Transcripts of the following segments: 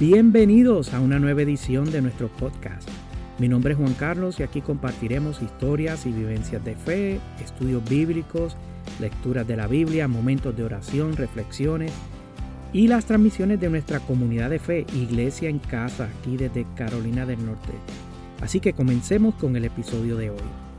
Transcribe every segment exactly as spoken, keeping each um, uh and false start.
Bienvenidos a una nueva edición de nuestro podcast. Mi nombre es Juan Carlos y aquí compartiremos historias y vivencias de fe, estudios bíblicos, lecturas de la Biblia, momentos de oración, reflexiones y las transmisiones de nuestra comunidad de fe, Iglesia en Casa, aquí desde Carolina del Norte. Así que comencemos con el episodio de hoy.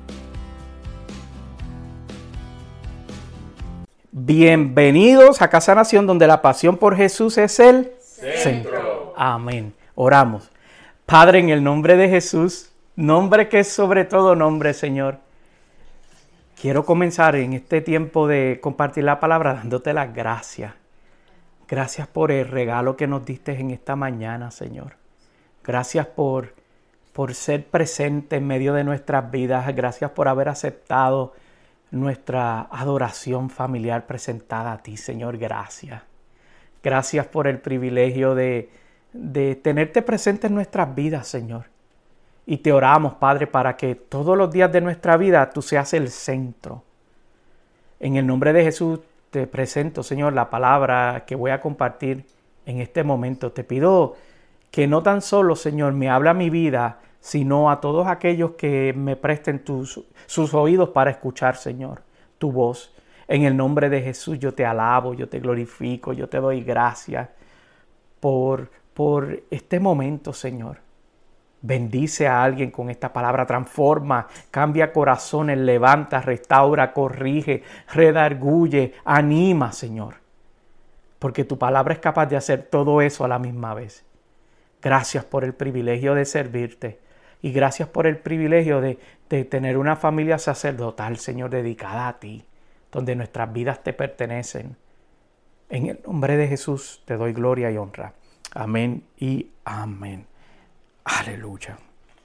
Bienvenidos a Casa Nación, donde la pasión por Jesús es el centro. centro. Amén. Oramos. Padre, en el nombre de Jesús, nombre que es sobre todo nombre, Señor, quiero comenzar en este tiempo de compartir la palabra dándote las gracias. Gracias por el regalo que nos diste en esta mañana, Señor. Gracias por, por ser presente en medio de nuestras vidas. Gracias por haber aceptado nuestra adoración familiar presentada a ti, Señor. Gracias. Gracias por el privilegio de, de tenerte presente en nuestras vidas, Señor. Y te oramos, Padre, para que todos los días de nuestra vida tú seas el centro. En el nombre de Jesús te presento, Señor, la palabra que voy a compartir en este momento. Te pido que no tan solo, Señor, me habla mi vida, sino a todos aquellos que me presten tus, sus oídos para escuchar, Señor, tu voz. En el nombre de Jesús yo te alabo, yo te glorifico, yo te doy gracias por, por este momento, Señor. Bendice a alguien con esta palabra, transforma, cambia corazones, levanta, restaura, corrige, redarguye, anima, Señor. Porque tu palabra es capaz de hacer todo eso a la misma vez. Gracias por el privilegio de servirte y gracias por el privilegio de, de tener una familia sacerdotal, Señor, dedicada a ti, donde nuestras vidas te pertenecen. En el nombre de Jesús te doy gloria y honra. Amén y amén. Aleluya.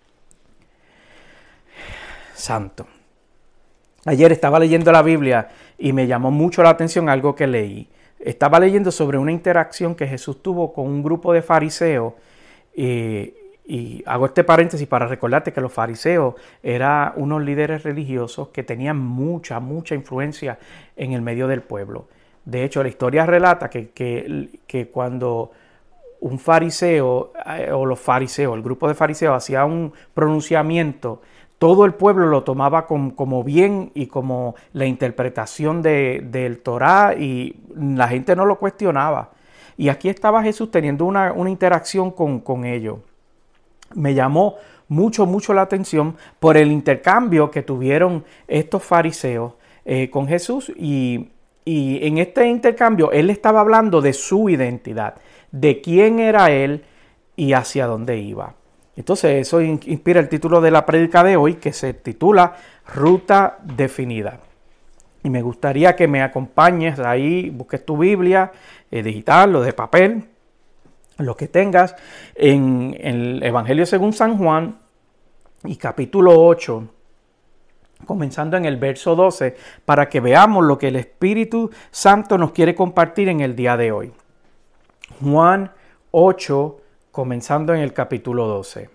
Santo. Ayer estaba leyendo la Biblia y me llamó mucho la atención algo que leí. Estaba leyendo sobre una interacción que Jesús tuvo con un grupo de fariseos. Y, y hago este paréntesis para recordarte que los fariseos eran unos líderes religiosos que tenían mucha, mucha influencia en el medio del pueblo. De hecho, la historia relata que, que, que cuando un fariseo o los fariseos, el grupo de fariseos hacía un pronunciamiento, todo el pueblo lo tomaba como, como bien y como la interpretación de, del Torá y la gente no lo cuestionaba. Y aquí estaba Jesús teniendo una, una interacción con, con ellos. Me llamó mucho, mucho la atención por el intercambio que tuvieron estos fariseos eh, con Jesús. Y, y en este intercambio él estaba hablando de su identidad, de quién era él y hacia dónde iba. Entonces eso inspira el título de la prédica de hoy, que se titula Ruta Definida. Y me gustaría que me acompañes ahí, busques tu Biblia, eh, digital o de papel, lo que tengas, en, en el Evangelio según San Juan y capítulo ocho, comenzando en el verso doce, para que veamos lo que el Espíritu Santo nos quiere compartir en el día de hoy. Juan ocho, comenzando en el capítulo doce.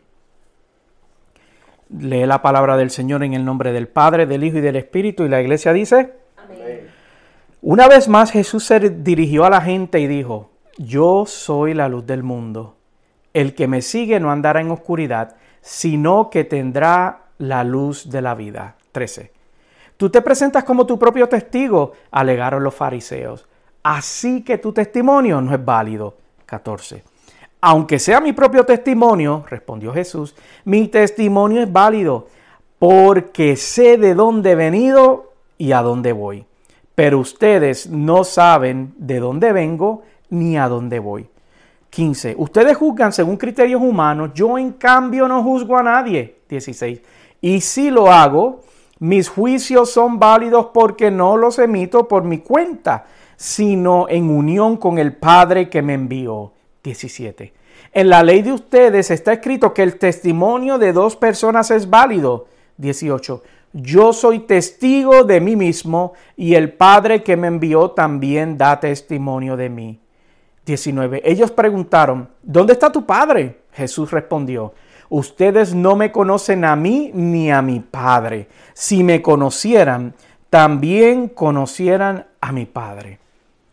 Lee la palabra del Señor en el nombre del Padre, del Hijo y del Espíritu, y la iglesia dice: Amén. Una vez más Jesús se dirigió a la gente y dijo: Yo soy la luz del mundo. El que me sigue no andará en oscuridad, sino que tendrá la luz de la vida. trece. Tú te presentas como tu propio testigo, alegaron los fariseos. Así que tu testimonio no es válido. catorce. Aunque sea mi propio testimonio, respondió Jesús, mi testimonio es válido, porque sé de dónde he venido y a dónde voy. Pero ustedes no saben de dónde vengo ni a dónde voy. quince. Ustedes juzgan según criterios humanos, yo en cambio no juzgo a nadie. dieciséis. Y si lo hago, mis juicios son válidos porque no los emito por mi cuenta, sino en unión con el Padre que me envió. diecisiete. En la ley de ustedes está escrito que el testimonio de dos personas es válido. dieciocho. Yo soy testigo de mí mismo y el Padre que me envió también da testimonio de mí. diecinueve. Ellos preguntaron: ¿dónde está tu Padre? Jesús respondió: ustedes no me conocen a mí ni a mi Padre. Si me conocieran, también conocieran a mi Padre.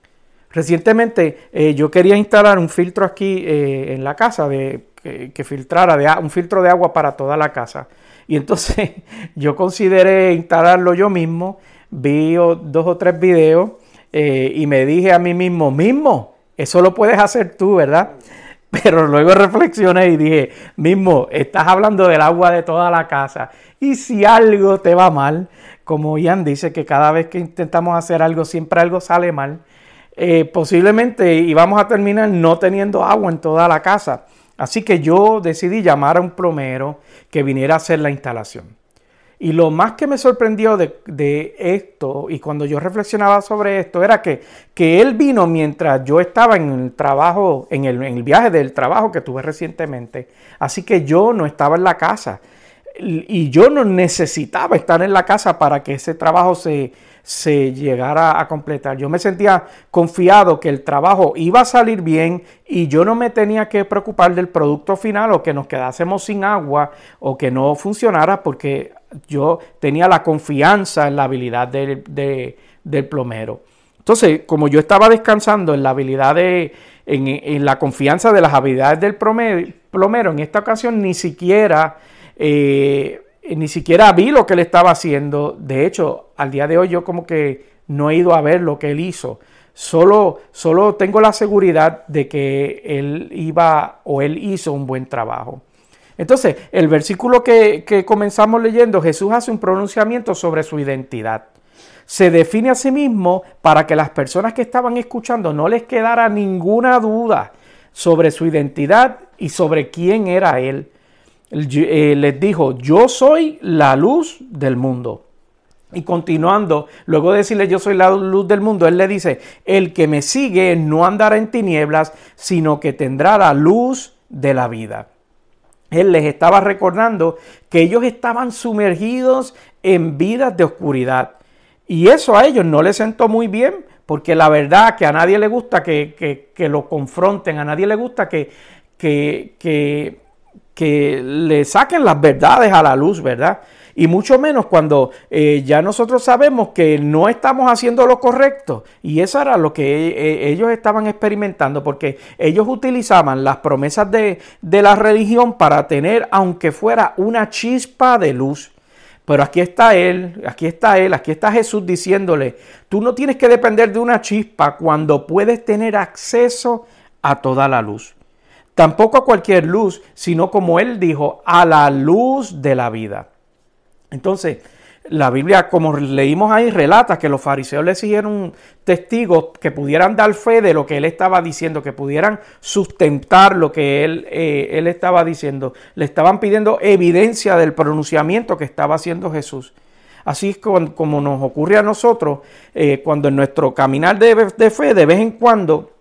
Recientemente eh, yo quería instalar un filtro aquí eh, en la casa de, que, que filtrara de, un filtro de agua para toda la casa. Y entonces yo consideré instalarlo yo mismo, vi dos o tres videos eh, y me dije a mí mismo, mismo, eso lo puedes hacer tú, ¿verdad? Pero luego reflexioné y dije, mismo, estás hablando del agua de toda la casa. Y si algo te va mal, como Ian dice que cada vez que intentamos hacer algo, siempre algo sale mal, eh, posiblemente íbamos a terminar no teniendo agua en toda la casa. Así que yo decidí llamar a un plomero que viniera a hacer la instalación. Y lo más que me sorprendió de, de esto, y cuando yo reflexionaba sobre esto, era que, que él vino mientras yo estaba en el trabajo, en el, en el viaje del trabajo que tuve recientemente. Así que yo no estaba en la casa. Y yo no necesitaba estar en la casa para que ese trabajo se, se llegara a completar. Yo me sentía confiado que el trabajo iba a salir bien y yo no me tenía que preocupar del producto final o que nos quedásemos sin agua o que no funcionara, porque yo tenía la confianza en la habilidad de, de, del plomero. Entonces, como yo estaba descansando en la habilidad de, en, en la confianza de las habilidades del plomero, en esta ocasión ni siquiera... Eh, ni siquiera vi lo que él estaba haciendo. De hecho, al día de hoy yo como que no he ido a ver lo que él hizo. Solo, solo tengo la seguridad de que él iba o él hizo un buen trabajo. Entonces, el versículo que, que comenzamos leyendo, Jesús hace un pronunciamiento sobre su identidad. Se define a sí mismo para que las personas que estaban escuchando no les quedara ninguna duda sobre su identidad y sobre quién era él. Eh, les dijo, yo soy la luz del mundo. Y continuando, luego de decirle yo soy la luz del mundo, él le dice, el que me sigue no andará en tinieblas, sino que tendrá la luz de la vida. Él les estaba recordando que ellos estaban sumergidos en vidas de oscuridad. Y eso a ellos no les sentó muy bien, porque la verdad que a nadie le gusta que, que, que lo confronten, a nadie le gusta que... que, que que le saquen las verdades a la luz, ¿verdad? Y mucho menos cuando eh, ya nosotros sabemos que no estamos haciendo lo correcto. Y eso era lo que eh, ellos estaban experimentando, porque ellos utilizaban las promesas de, de la religión para tener, aunque fuera una chispa de luz. Pero aquí está él, aquí está él, aquí está Jesús diciéndole, tú no tienes que depender de una chispa cuando puedes tener acceso a toda la luz. Tampoco a cualquier luz, sino como él dijo, a la luz de la vida. Entonces, la Biblia, como leímos ahí, relata que los fariseos le exigieron testigos que pudieran dar fe de lo que él estaba diciendo, que pudieran sustentar lo que él, eh, él estaba diciendo. Le estaban pidiendo evidencia del pronunciamiento que estaba haciendo Jesús. Así es como, como nos ocurre a nosotros, eh, cuando en nuestro caminar de, de fe, de vez en cuando,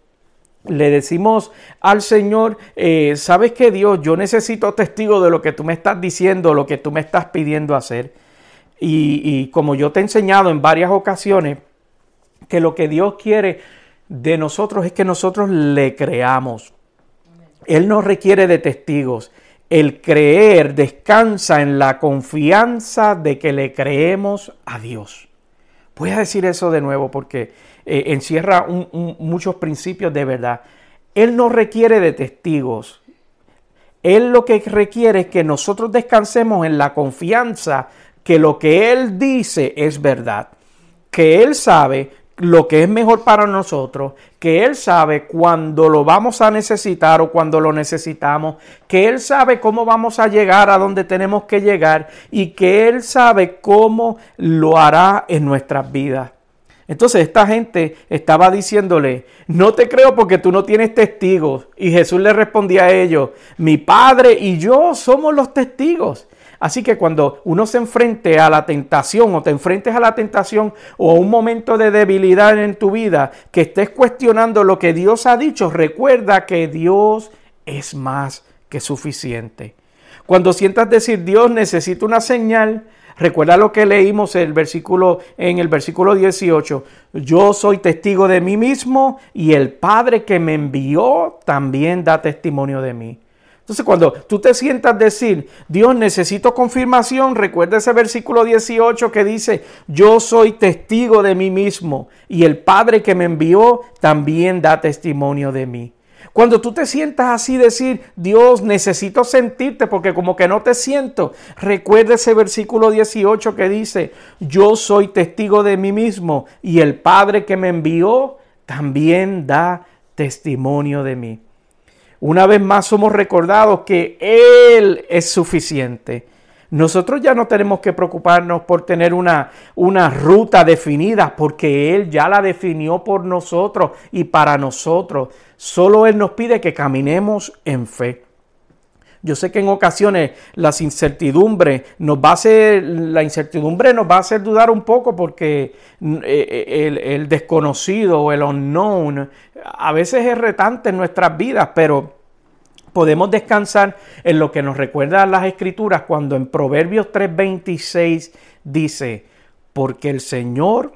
le decimos al Señor, eh, ¿sabes qué, Dios? Yo necesito testigo de lo que tú me estás diciendo, lo que tú me estás pidiendo hacer. Y, y como yo te he enseñado en varias ocasiones, que lo que Dios quiere de nosotros es que nosotros le creamos. Él no requiere de testigos. El creer descansa en la confianza de que le creemos a Dios. Voy a decir eso de nuevo porque eh, encierra un, un, muchos principios de verdad. Él no requiere de testigos. Él lo que requiere es que nosotros descansemos en la confianza que lo que Él dice es verdad. Que Él sabe lo que es mejor para nosotros, que Él sabe cuándo lo vamos a necesitar o cuando lo necesitamos, que Él sabe cómo vamos a llegar a donde tenemos que llegar y que Él sabe cómo lo hará en nuestras vidas. Entonces esta gente estaba diciéndole, no te creo porque tú no tienes testigos. Y Jesús le respondía a ellos, mi Padre y yo somos los testigos. Así que cuando uno se enfrente a la tentación o te enfrentes a la tentación o a un momento de debilidad en tu vida, que estés cuestionando lo que Dios ha dicho, recuerda que Dios es más que suficiente. Cuando sientas decir, Dios, necesito una señal, recuerda lo que leímos en el versículo, en el versículo dieciocho. Yo soy testigo de mí mismo y el Padre que me envió también da testimonio de mí. Entonces, cuando tú te sientas decir, Dios, necesito confirmación, recuerda ese versículo dieciocho que dice, yo soy testigo de mí mismo y el Padre que me envió también da testimonio de mí. Cuando tú te sientas así decir, Dios, necesito sentirte porque como que no te siento, recuerda ese versículo dieciocho que dice, yo soy testigo de mí mismo y el Padre que me envió también da testimonio de mí. Una vez más somos recordados que Él es suficiente. Nosotros ya no tenemos que preocuparnos por tener una, una ruta definida porque Él ya la definió por nosotros y para nosotros. Solo Él nos pide que caminemos en fe. Yo sé que en ocasiones las incertidumbres nos va a hacer, la incertidumbre nos va a hacer dudar un poco porque el, el desconocido o el unknown a veces es retante en nuestras vidas, pero podemos descansar en lo que nos recuerdan las Escrituras cuando en Proverbios tres veintiséis dice, porque el Señor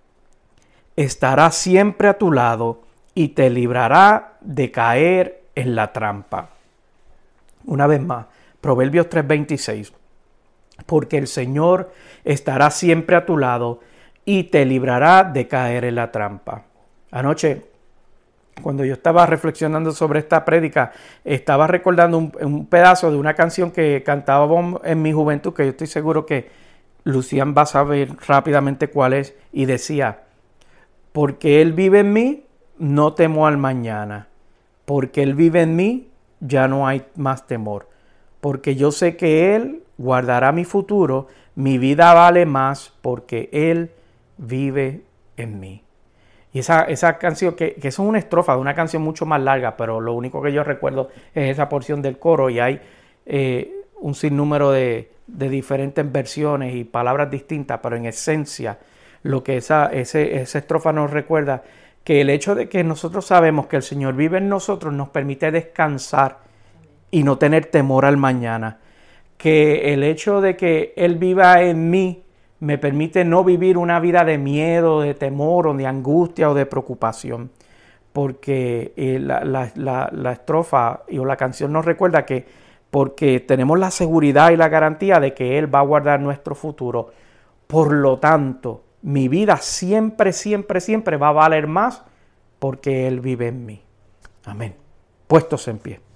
estará siempre a tu lado y te librará de caer en la trampa. Una vez más, Proverbios tres veintiséis. Porque el Señor estará siempre a tu lado y te librará de caer en la trampa. Anoche, cuando yo estaba reflexionando sobre esta prédica, estaba recordando un, un pedazo de una canción que cantábamos en mi juventud, que yo estoy seguro que Lucián va a saber rápidamente cuál es, y decía, porque Él vive en mí, no temo al mañana. Porque Él vive en mí, ya no hay más temor, porque yo sé que Él guardará mi futuro, mi vida vale más porque Él vive en mí. Y esa, esa canción, que, que es una estrofa de una canción mucho más larga, pero lo único que yo recuerdo es esa porción del coro y hay eh, un sinnúmero de, de diferentes versiones y palabras distintas, pero en esencia lo que esa, ese, esa estrofa nos recuerda que el hecho de que nosotros sabemos que el Señor vive en nosotros nos permite descansar y no tener temor al mañana. Que el hecho de que Él viva en mí me permite no vivir una vida de miedo, de temor o de angustia o de preocupación. Porque eh, la, la, la, la estrofa o la canción nos recuerda que porque tenemos la seguridad y la garantía de que Él va a guardar nuestro futuro. Por lo tanto, mi vida siempre, siempre, siempre va a valer más porque Él vive en mí. Amén. Puestos en pie.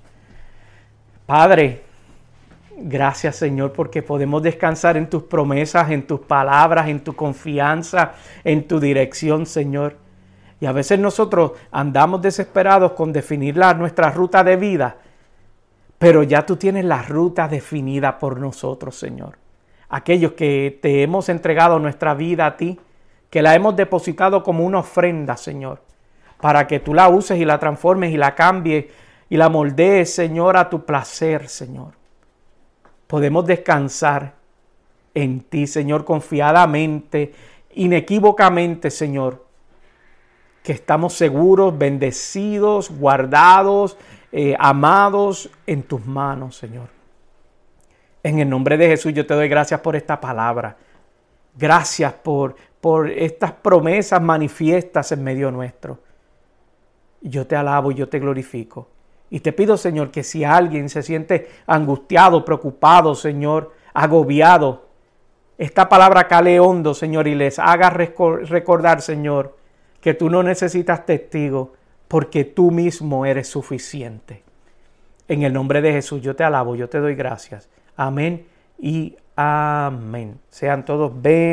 Padre, gracias Señor porque podemos descansar en tus promesas, en tus palabras, en tu confianza, en tu dirección, Señor. Y a veces nosotros andamos desesperados con definir la, nuestra ruta de vida, pero ya tú tienes la ruta definida por nosotros, Señor. Aquellos que te hemos entregado nuestra vida a ti, que la hemos depositado como una ofrenda, Señor, para que tú la uses y la transformes y la cambies y la moldees, Señor, a tu placer, Señor. Podemos descansar en ti, Señor, confiadamente, inequívocamente, Señor, que estamos seguros, bendecidos, guardados, eh, amados en tus manos, Señor. En el nombre de Jesús yo te doy gracias por esta palabra. Gracias por, por estas promesas manifiestas en medio nuestro. Yo te alabo y yo te glorifico. Y te pido, Señor, que si alguien se siente angustiado, preocupado, Señor, agobiado, esta palabra cale hondo, Señor, y les haga recordar, Señor, que tú no necesitas testigo porque tú mismo eres suficiente. En el nombre de Jesús yo te alabo, yo te doy gracias. Amén y amén. Sean todos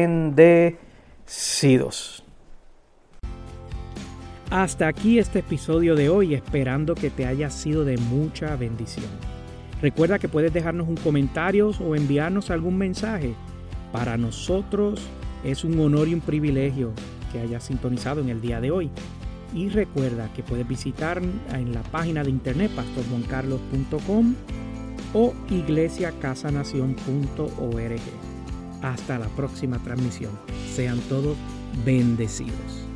bendecidos. Hasta aquí este episodio de hoy, esperando que te haya sido de mucha bendición. Recuerda que puedes dejarnos un comentario o enviarnos algún mensaje. Para nosotros es un honor y un privilegio que hayas sintonizado en el día de hoy. Y recuerda que puedes visitar en la página de internet pastor juan carlos punto com o iglesia casa nación punto org. Hasta la próxima transmisión. Sean todos bendecidos.